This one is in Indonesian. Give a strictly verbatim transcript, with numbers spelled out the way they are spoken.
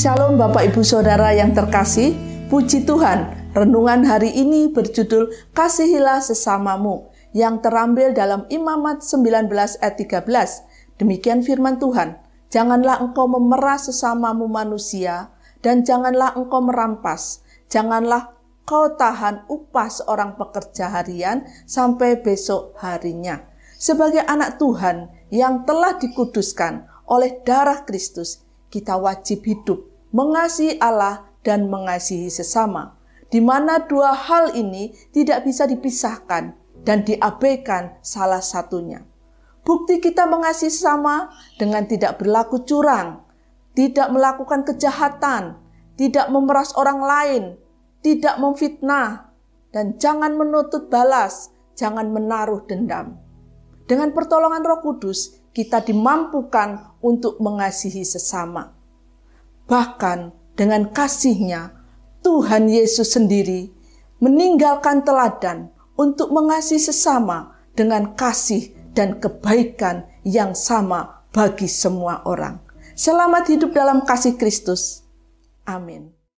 Shalom Bapak Ibu Saudara yang terkasih, puji Tuhan, renungan hari ini berjudul Kasihilah Sesamamu, yang terambil dalam Imamat sembilan belas ayat tiga belas. Demikian firman Tuhan, janganlah engkau memerah sesamamu manusia, dan janganlah engkau merampas, janganlah kau tahan upah seorang pekerja harian sampai besok harinya. Sebagai anak Tuhan yang telah dikuduskan oleh darah Kristus, kita wajib hidup mengasihi Allah dan mengasihi sesama, di mana dua hal ini tidak bisa dipisahkan dan diabaikan salah satunya. Bukti kita mengasihi sesama dengan tidak berlaku curang, tidak melakukan kejahatan, tidak memeras orang lain, tidak memfitnah, dan jangan menuntut balas, jangan menaruh dendam. Dengan pertolongan Roh Kudus, kita dimampukan untuk mengasihi sesama. Bahkan dengan kasih-Nya, Tuhan Yesus sendiri meninggalkan teladan untuk mengasihi sesama dengan kasih dan kebaikan yang sama bagi semua orang. Selamat hidup dalam kasih Kristus. Amin.